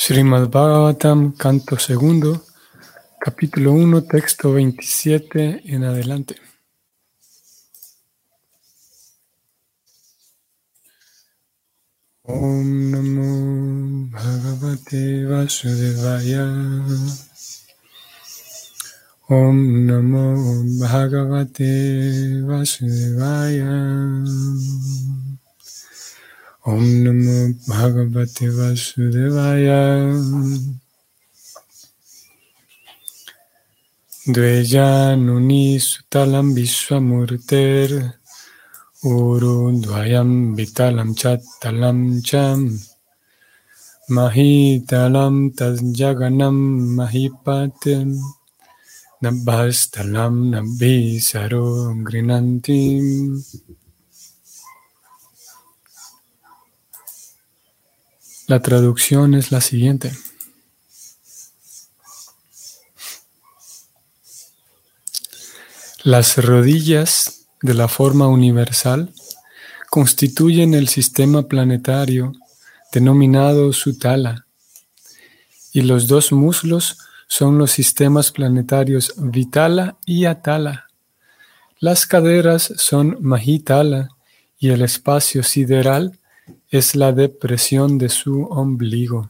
Srimad Bhagavatam, canto segundo, capítulo 1, texto 27 en adelante. Om Namo Bhagavate Vasudevaya. Om Namo Bhagavate Vasudevaya. Om Namo Bhagavate Vasudevaya. Dveyanuni Sutalam Vishwamurter Urudvayam Vitalam Chattalam Cham Mahitalam Tasjaganam Mahipatem Nabhastalam Nabhisaro Grinantim. La traducción es la siguiente. Las rodillas de la forma universal constituyen el sistema planetario denominado Sutala, y los dos muslos son los sistemas planetarios Vitala y Atala. Las caderas son Mahitala y el espacio sideral es la depresión de su ombligo.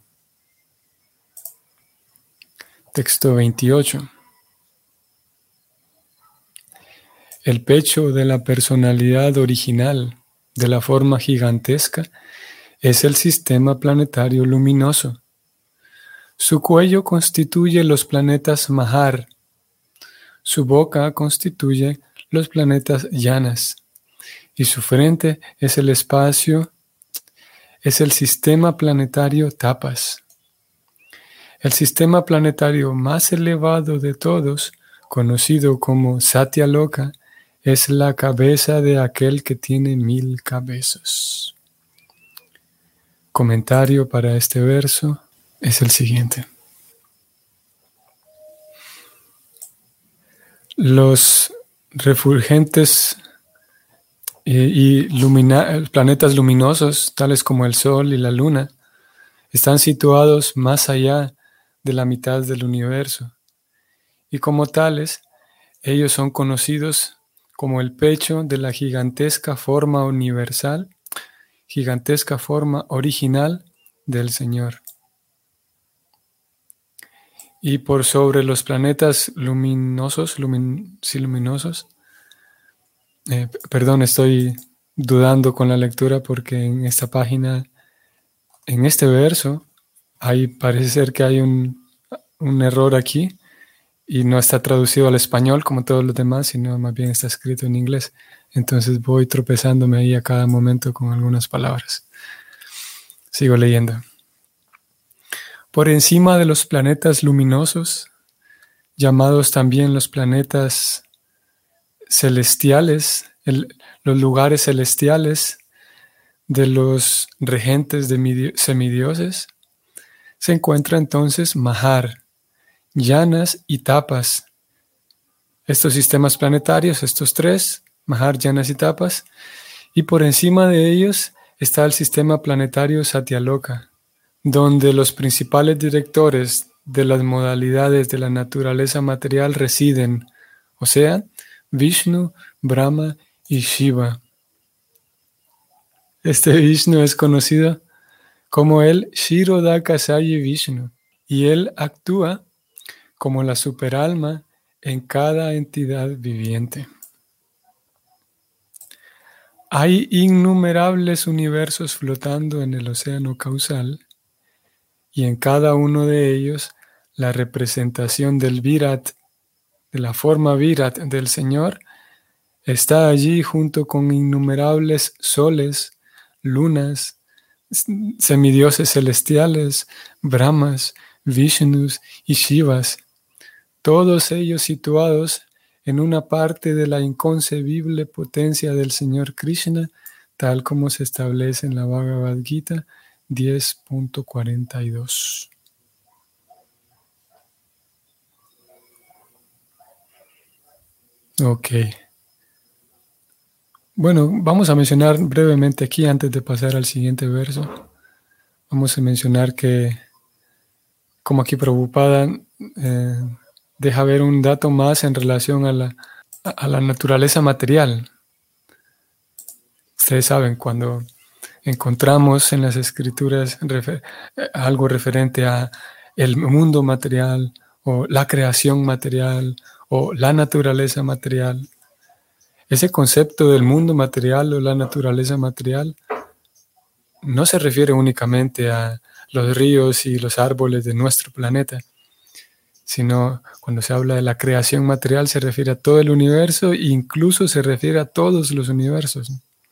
Texto 28. El pecho de la personalidad original de la forma gigantesca es el sistema planetario luminoso. Su cuello constituye los planetas Mahar. Su boca constituye los planetas Yanas. Y su frente es el sistema planetario Tapas. El sistema planetario más elevado de todos, conocido como Satyaloka, es la cabeza de aquel que tiene 1000 cabezas. Comentario para este verso es el siguiente. Los refulgentes y planetas luminosos, tales como el Sol y la Luna, están situados más allá de la mitad del universo, y como tales, ellos son conocidos como el pecho de la gigantesca forma universal, gigantesca forma original del Señor. Y por sobre los planetas luminosos, estoy dudando con la lectura porque en esta página, en este verso, parece ser que hay un error aquí y no está traducido al español como todos los demás, sino más bien está escrito en inglés. Entonces voy tropezándome ahí a cada momento con algunas palabras. Sigo leyendo. Por encima de los planetas luminosos, llamados también los planetas celestiales, los lugares celestiales de los regentes de semidioses, se encuentra entonces Mahar, Yanas y Tapas. Estos sistemas planetarios, estos tres, Mahar, Yanas y Tapas, y por encima de ellos está el sistema planetario Satyaloka, donde los principales directores de las modalidades de la naturaleza material residen, o sea, Vishnu, Brahma y Shiva. Este Vishnu es conocido como el Kshirodakasayi Vishnu, y él actúa como la superalma en cada entidad viviente. Hay innumerables universos flotando en el océano causal, y en cada uno de ellos la representación del Virat, de la forma Virat del Señor, está allí junto con innumerables soles, lunas, semidioses celestiales, Brahmas, Vishnus y Shivas, todos ellos situados en una parte de la inconcebible potencia del Señor Krishna, tal como se establece en la Bhagavad Gita 10.42. Ok. Bueno, vamos a mencionar brevemente aquí, antes de pasar al siguiente verso, vamos a mencionar que como aquí Prabhupada deja ver un dato más en relación a la naturaleza material. Ustedes saben, cuando encontramos en las escrituras algo referente a el mundo material o la creación material o la naturaleza material, ese concepto del mundo material o la naturaleza material no se refiere únicamente a los ríos y los árboles de nuestro planeta, sino cuando se habla de la creación material se refiere a todo el universo e incluso se refiere a todos los universos.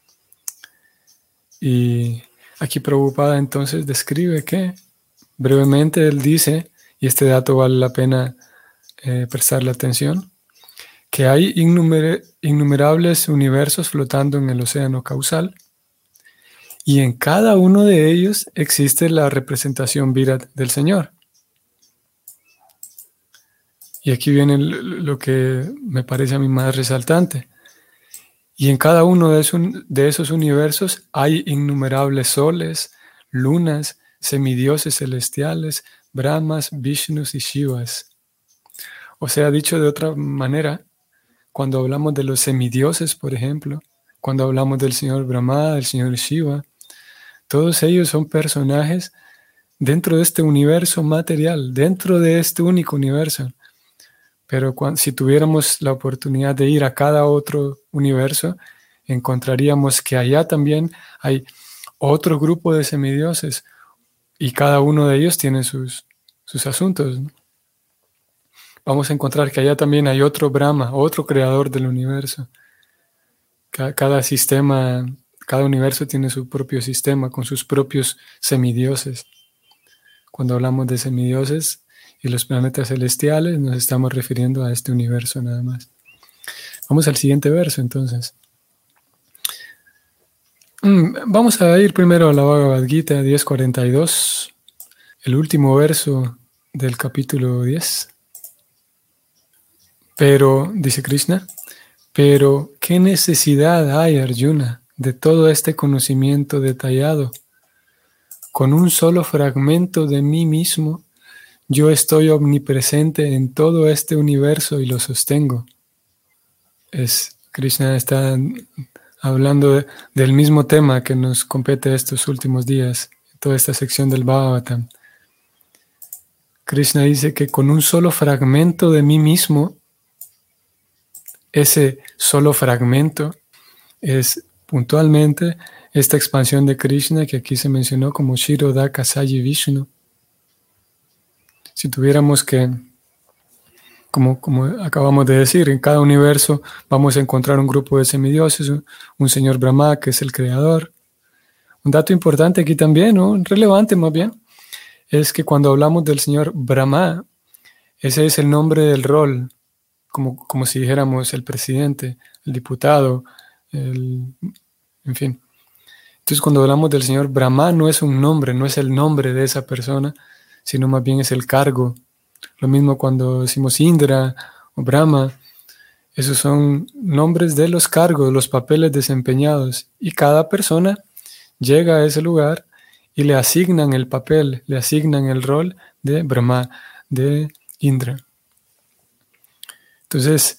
Y aquí Prabhupada entonces describe que, brevemente él dice, y este dato vale la pena prestarle atención, que hay innumerables universos flotando en el océano causal y en cada uno de ellos existe la representación Virat del Señor. Y aquí viene lo que me parece a mí más resaltante. Y en cada uno de esos universos hay innumerables soles, lunas, semidioses celestiales, Brahmas, Vishnus y Shivas. O sea, dicho de otra manera, cuando hablamos de los semidioses, por ejemplo, cuando hablamos del señor Brahma, del señor Shiva, todos ellos son personajes dentro de este universo material, dentro de este único universo. Pero si tuviéramos la oportunidad de ir a cada otro universo, encontraríamos que allá también hay otro grupo de semidioses y cada uno de ellos tiene sus asuntos, ¿no? Vamos a encontrar que allá también hay otro Brahma, otro creador del universo. Cada sistema, cada universo tiene su propio sistema con sus propios semidioses. Cuando hablamos de semidioses y los planetas celestiales, nos estamos refiriendo a este universo nada más. Vamos al siguiente verso, entonces. Vamos a ir primero a la Bhagavad Gita 10.42, el último verso del capítulo 10. Pero, dice Krishna, pero ¿qué necesidad hay, Arjuna, de todo este conocimiento detallado? Con un solo fragmento de mí mismo, yo estoy omnipresente en todo este universo y lo sostengo. Krishna está hablando del mismo tema que nos compete estos últimos días, toda esta sección del Bhagavatam. Krishna dice que con un solo fragmento de mí mismo, ese solo fragmento es puntualmente esta expansión de Krishna que aquí se mencionó como Shirodaka Sayi Vishnu. Si tuviéramos que, como acabamos de decir, en cada universo vamos a encontrar un grupo de semidioses, un señor Brahma que es el creador. Un dato importante aquí también, ¿no? Relevante más bien, es que cuando hablamos del señor Brahma, ese es el nombre del rol, como si dijéramos el presidente, el diputado, en fin. Entonces cuando hablamos del señor Brahma no es un nombre, no es el nombre de esa persona, sino más bien es el cargo. Lo mismo cuando decimos Indra o Brahma, esos son nombres de los cargos, los papeles desempeñados. Y cada persona llega a ese lugar y le asignan el papel, le asignan el rol de Brahma, de Indra. Entonces,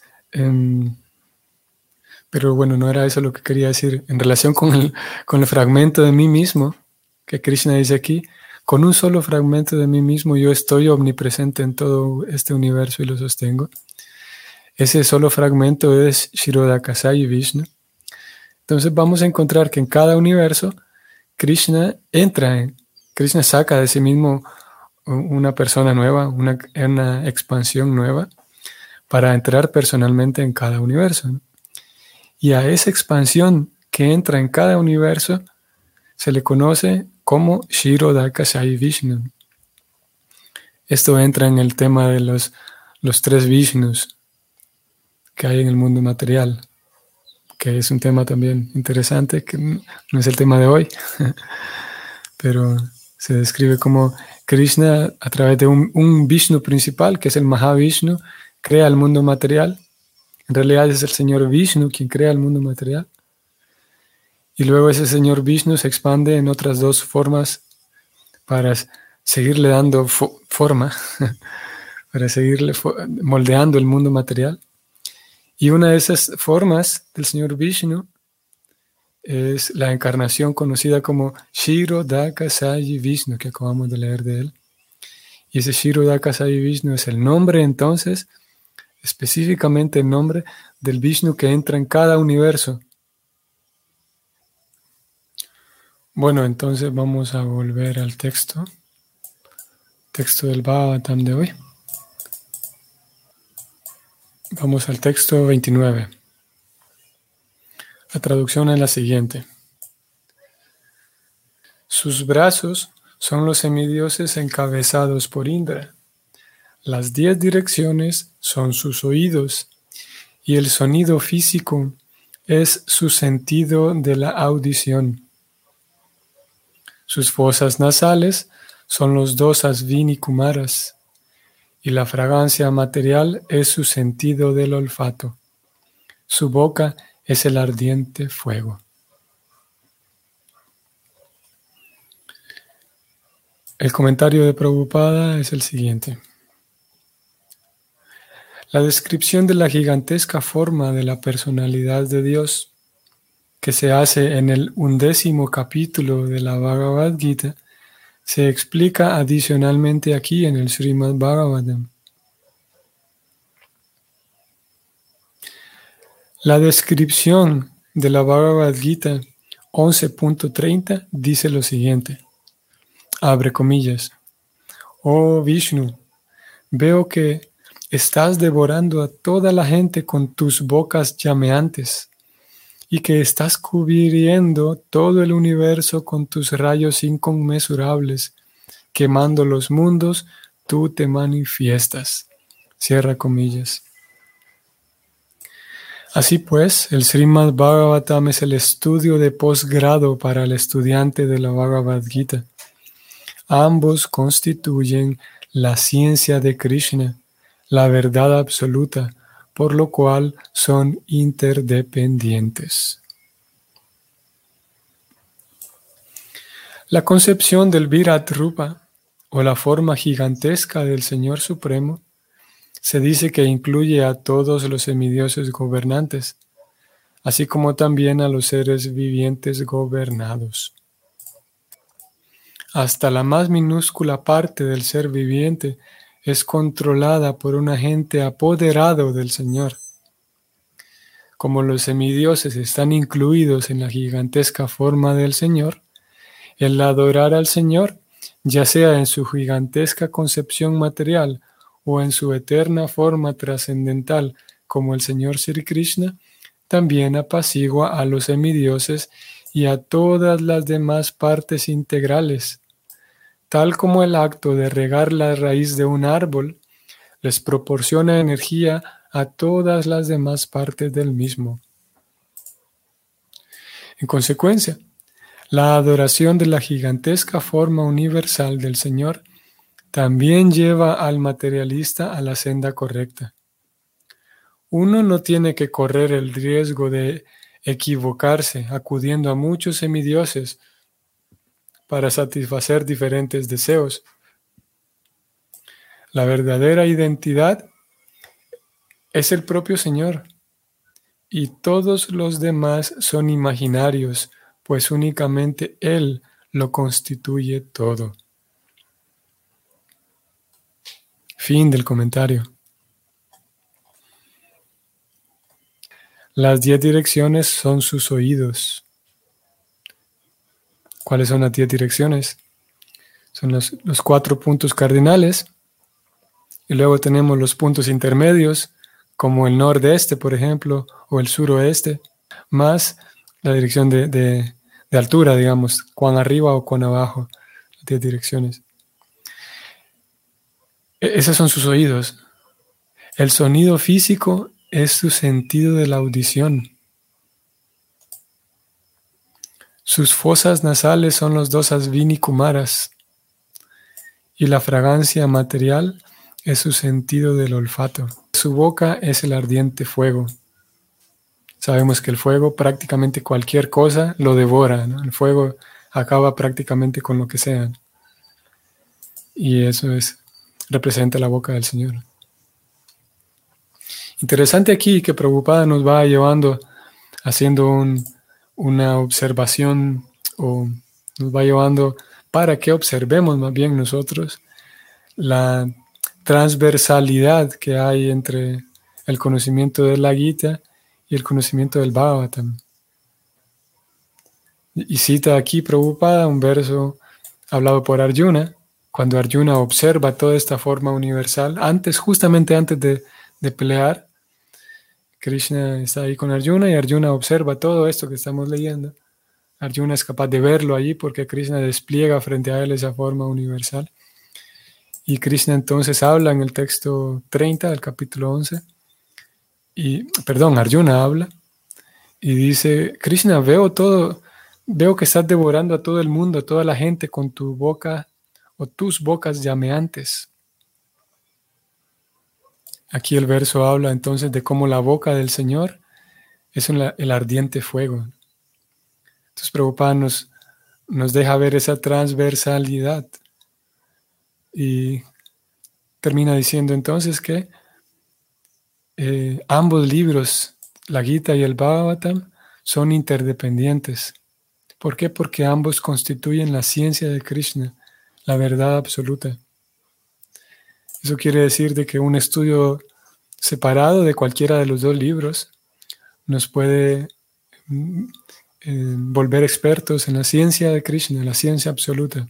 pero bueno, no era eso lo que quería decir. En relación con el fragmento de mí mismo, que Krishna dice aquí, con un solo fragmento de mí mismo yo estoy omnipresente en todo este universo y lo sostengo. Ese solo fragmento es Shirodaka Sayi Vishnu. Entonces vamos a encontrar que en cada universo Krishna Krishna saca de sí mismo una persona nueva, una expansión nueva, para entrar personalmente en cada universo, ¿no? Y a esa expansión que entra en cada universo se le conoce como Shirodaka Sayi Vishnu. Esto entra en el tema de los tres Vishnus que hay en el mundo material, que es un tema también interesante, que no es el tema de hoy, pero se describe como Krishna, a través de un Vishnu principal, que es el Mahavishnu, crea el mundo material. En realidad es el señor Vishnu quien crea el mundo material. Y luego ese señor Vishnu se expande en otras dos formas para seguirle dando forma, para seguirle moldeando el mundo material. Y una de esas formas del señor Vishnu es la encarnación conocida como Kshirodaka Sayi Vishnu, que acabamos de leer de él. Y ese Kshirodaka Sayi Vishnu es el nombre, entonces, específicamente el nombre del Vishnu que entra en cada universo. Bueno, entonces vamos a volver al texto del Bhagavatam de hoy. Vamos al texto 29. La traducción es la siguiente. Sus brazos son los semidioses encabezados por Indra. Las 10 direcciones son sus oídos y el sonido físico es su sentido de la audición. Sus fosas nasales son los 2 Asvini Kumaras y la fragancia material es su sentido del olfato. Su boca es el ardiente fuego. El comentario de Prabhupada es el siguiente. La descripción de la gigantesca forma de la personalidad de Dios que se hace en el 11º capítulo de la Bhagavad Gita se explica adicionalmente aquí en el Srimad Bhagavatam. La descripción de la Bhagavad Gita 11.30 dice lo siguiente. Abre comillas. Oh Vishnu, veo que estás devorando a toda la gente con tus bocas llameantes y que estás cubriendo todo el universo con tus rayos inconmensurables. Quemando los mundos, tú te manifiestas. Cierra comillas. Así pues, el Srimad Bhagavatam es el estudio de posgrado para el estudiante de la Bhagavad Gita. Ambos constituyen la ciencia de Krishna, la verdad absoluta, por lo cual son interdependientes. La concepción del Virat Rupa, o la forma gigantesca del Señor Supremo, se dice que incluye a todos los semidioses gobernantes, así como también a los seres vivientes gobernados. Hasta la más minúscula parte del ser viviente es controlada por un agente apoderado del Señor. Como los semidioses están incluidos en la gigantesca forma del Señor, el adorar al Señor, ya sea en su gigantesca concepción material o en su eterna forma trascendental como el Señor Sri Krishna, también apacigua a los semidioses y a todas las demás partes integrales. Tal como el acto de regar la raíz de un árbol les proporciona energía a todas las demás partes del mismo. En consecuencia, la adoración de la gigantesca forma universal del Señor también lleva al materialista a la senda correcta. Uno no tiene que correr el riesgo de equivocarse acudiendo a muchos semidioses para satisfacer diferentes deseos. La verdadera identidad es el propio Señor, y todos los demás son imaginarios, pues únicamente Él lo constituye todo. Fin del comentario. Las 10 direcciones son sus oídos. ¿Cuáles son las 10 direcciones? Son los 4 puntos cardinales. Y luego tenemos los puntos intermedios, como el nordeste, por ejemplo, o el suroeste, más la dirección de altura, digamos, cuán arriba o cuán abajo, las 10 direcciones. Esos son sus oídos. El sonido físico es su sentido de la audición. Sus fosas nasales son los 2 Asvini Kumaras y la fragancia material es su sentido del olfato. Su boca es el ardiente fuego. Sabemos que el fuego prácticamente cualquier cosa lo devora, ¿no? El fuego acaba prácticamente con lo que sea. Y eso es representa la boca del Señor. Interesante aquí que Prabhupada nos va llevando, haciendo una observación, o nos va llevando para que observemos más bien nosotros la transversalidad que hay entre el conocimiento de la Gita y el conocimiento del Bhagavatam. Y cita aquí Prabhupada un verso hablado por Arjuna, cuando Arjuna observa toda esta forma universal, justamente antes de pelear, Krishna está ahí con Arjuna y Arjuna observa todo esto que estamos leyendo. Arjuna es capaz de verlo allí porque Krishna despliega frente a él esa forma universal. Y Krishna entonces habla en el texto 30 del capítulo 11, Arjuna habla y dice, Krishna, veo que estás devorando a todo el mundo, a toda la gente con tu boca o tus bocas llameantes. Aquí el verso habla entonces de cómo la boca del Señor es el ardiente fuego. Entonces Prabhupada nos deja ver esa transversalidad y termina diciendo entonces que ambos libros, la Gita y el Bhagavatam, son interdependientes. ¿Por qué? Porque ambos constituyen la ciencia de Krishna, la verdad absoluta. Eso quiere decir de que un estudio separado de cualquiera de los dos libros nos puede volver expertos en la ciencia de Krishna, la ciencia absoluta.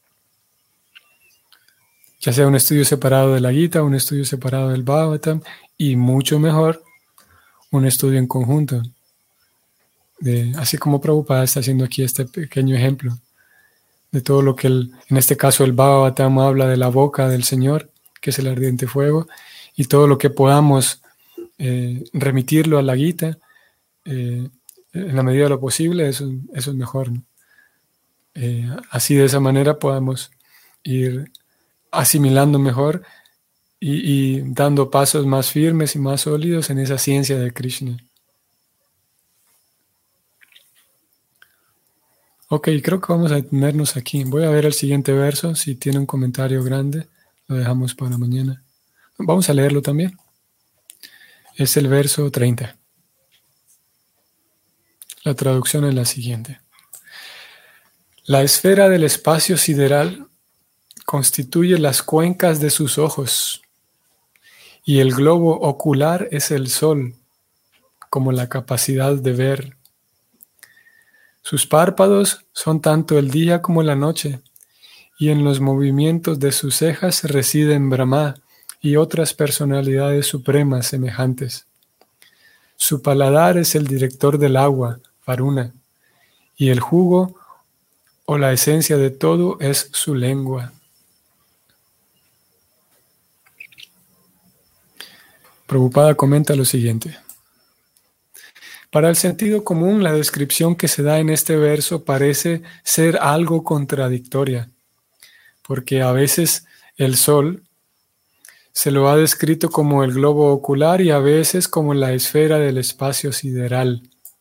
Ya sea un estudio separado de la Gita, un estudio separado del Bhagavatam, y mucho mejor, un estudio en conjunto. Así como Prabhupada está haciendo aquí este pequeño ejemplo de todo lo que en este caso el Bhagavatam habla de la boca del Señor, que es el ardiente fuego, y todo lo que podamos remitirlo a la Gita, en la medida de lo posible, eso es mejor, ¿no? Así de esa manera podamos ir asimilando mejor y dando pasos más firmes y más sólidos en esa ciencia de Krishna. Ok, creo que vamos a detenernos aquí. Voy a ver el siguiente verso. Si tiene un comentario grande, lo dejamos para mañana. Vamos a leerlo también. Es el verso 30. La traducción es la siguiente. La esfera del espacio sideral constituye las cuencas de sus ojos, y el globo ocular es el sol, como la capacidad de ver. Sus párpados son tanto el día como la noche, y en los movimientos de sus cejas residen Brahma y otras personalidades supremas semejantes. Su paladar es el director del agua, Varuna, y el jugo o la esencia de todo es su lengua. Prabhupada comenta lo siguiente. Para el sentido común, la descripción que se da en este verso parece ser algo contradictoria, porque a veces el sol se lo ha descrito como el globo ocular y a veces como la esfera del espacio sideral.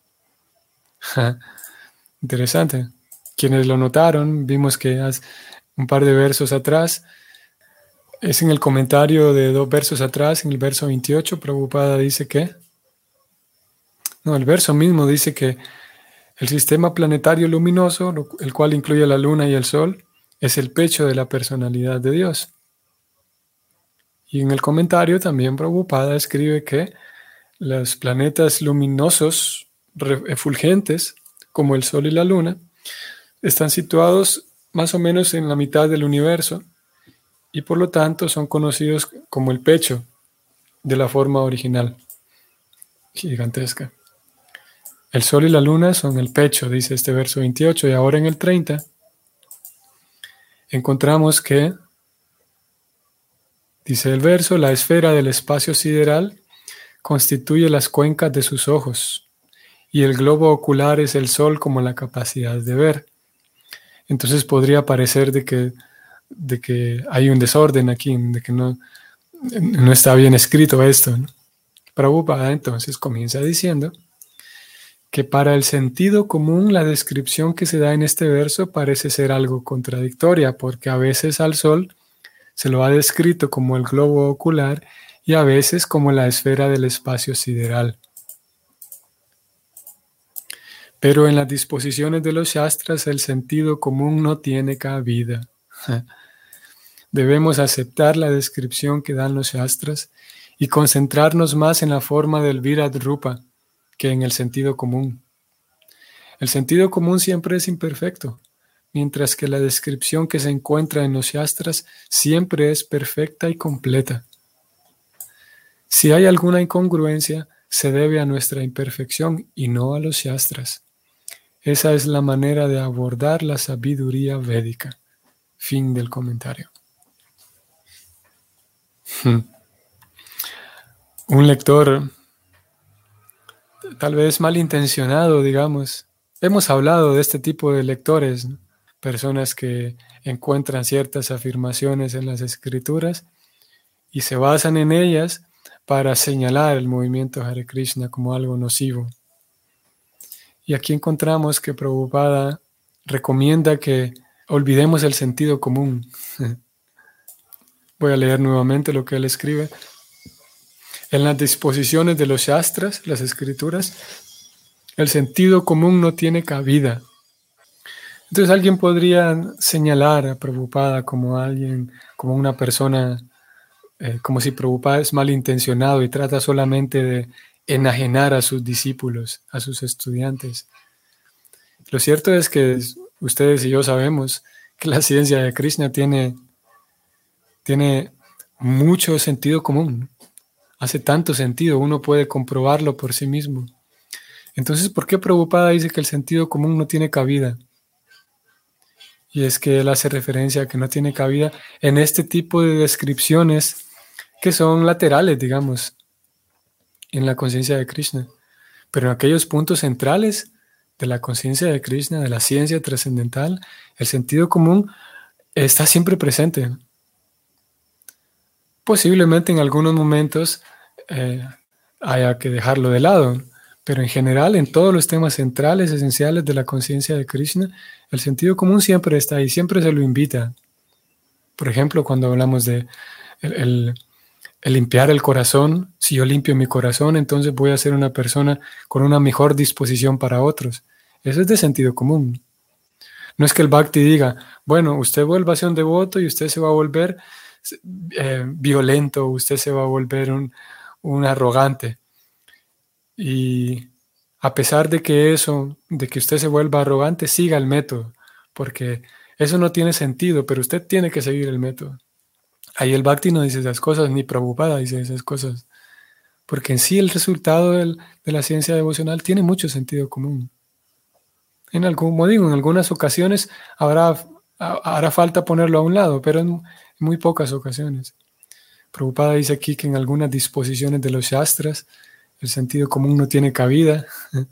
Interesante. Quienes lo notaron, vimos que hace un par de versos atrás, es en el comentario de 2 versos atrás, en el verso 28, Prabhupada dice que, el verso mismo dice que el sistema planetario luminoso, el cual incluye la luna y el sol, es el pecho de la personalidad de Dios. Y en el comentario también Prabhupada escribe que los planetas luminosos, refulgentes, como el sol y la luna, están situados más o menos en la mitad del universo y por lo tanto son conocidos como el pecho de la forma original, gigantesca. El sol y la luna son el pecho, dice este verso 28, y ahora en el 30 encontramos que, dice el verso, la esfera del espacio sideral constituye las cuencas de sus ojos y el globo ocular es el sol como la capacidad de ver. Entonces podría parecer de que hay un desorden aquí, de que no está bien escrito esto, ¿no? Prabhupada entonces comienza diciendo que para el sentido común la descripción que se da en este verso parece ser algo contradictoria, porque a veces al sol Se lo ha descrito como el globo ocular y a veces como la esfera del espacio sideral. Pero en las disposiciones de los Shastras el sentido común no tiene cabida. Debemos aceptar la descripción que dan los Shastras y concentrarnos más en la forma del Virat Rupa que en el sentido común. El sentido común siempre es imperfecto, mientras que la descripción que se encuentra en los Shastras siempre es perfecta y completa. Si hay alguna incongruencia, se debe a nuestra imperfección y no a los Shastras. Esa es la manera de abordar la sabiduría védica. Fin del comentario. Un lector, tal vez malintencionado, digamos. Hemos hablado de este tipo de lectores, ¿no? Personas que encuentran ciertas afirmaciones en las escrituras y se basan en ellas para señalar el movimiento Hare Krishna como algo nocivo. Y aquí encontramos que Prabhupada recomienda que olvidemos el sentido común. Voy a leer nuevamente lo que él escribe. En las disposiciones de los Shastras, las escrituras, el sentido común no tiene cabida. Entonces alguien podría señalar a Prabhupada como alguien, como una persona, como si Prabhupada es malintencionado y trata solamente de enajenar a sus discípulos, a sus estudiantes. Lo cierto es que ustedes y yo sabemos que la ciencia de Krishna tiene mucho sentido común. Hace tanto sentido, uno puede comprobarlo por sí mismo. Entonces, ¿por qué Prabhupada dice que el sentido común no tiene cabida? Y es que él hace referencia a que no tiene cabida en este tipo de descripciones que son laterales, digamos, en la conciencia de Krishna. Pero en aquellos puntos centrales de la conciencia de Krishna, de la ciencia trascendental, el sentido común está siempre presente. Posiblemente en algunos momentos haya que dejarlo de lado, pero en general, en todos los temas centrales, esenciales de la conciencia de Krishna, el sentido común siempre está ahí, siempre se lo invita. Por ejemplo, cuando hablamos de el limpiar el corazón, si yo limpio mi corazón, entonces voy a ser una persona con una mejor disposición para otros. Eso es de sentido común. No es que el Bhakti diga, bueno, usted vuelva a ser un devoto y usted se va a volver violento, usted se va a volver un arrogante. Y a pesar de que de que usted se vuelva arrogante, siga el método, porque eso no tiene sentido, pero usted tiene que seguir el método. Ahí el Bhakti no dice esas cosas, ni Prabhupada dice esas cosas, porque en sí el resultado de la ciencia devocional tiene mucho sentido común. Como digo, en algunas ocasiones hará falta ponerlo a un lado, pero en muy pocas ocasiones. Prabhupada dice aquí que en algunas disposiciones de los Shastras el sentido común no tiene cabida.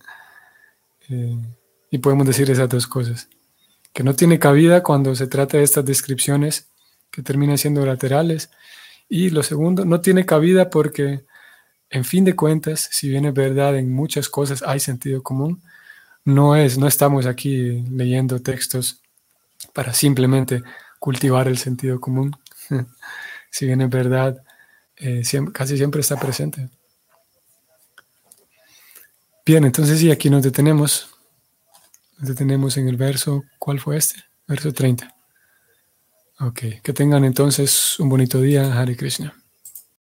Y podemos decir esas dos cosas. Que no tiene cabida cuando se trata de estas descripciones que terminan siendo laterales. Y lo segundo, no tiene cabida porque, en fin de cuentas, si bien es verdad en muchas cosas hay sentido común, no estamos aquí leyendo textos para simplemente cultivar el sentido común. Si bien es verdad, casi siempre está presente. Bien, entonces sí, aquí nos detenemos. Nos detenemos en el verso, ¿cuál fue este? Verso 30. Ok, que tengan entonces un bonito día, Hare Krishna.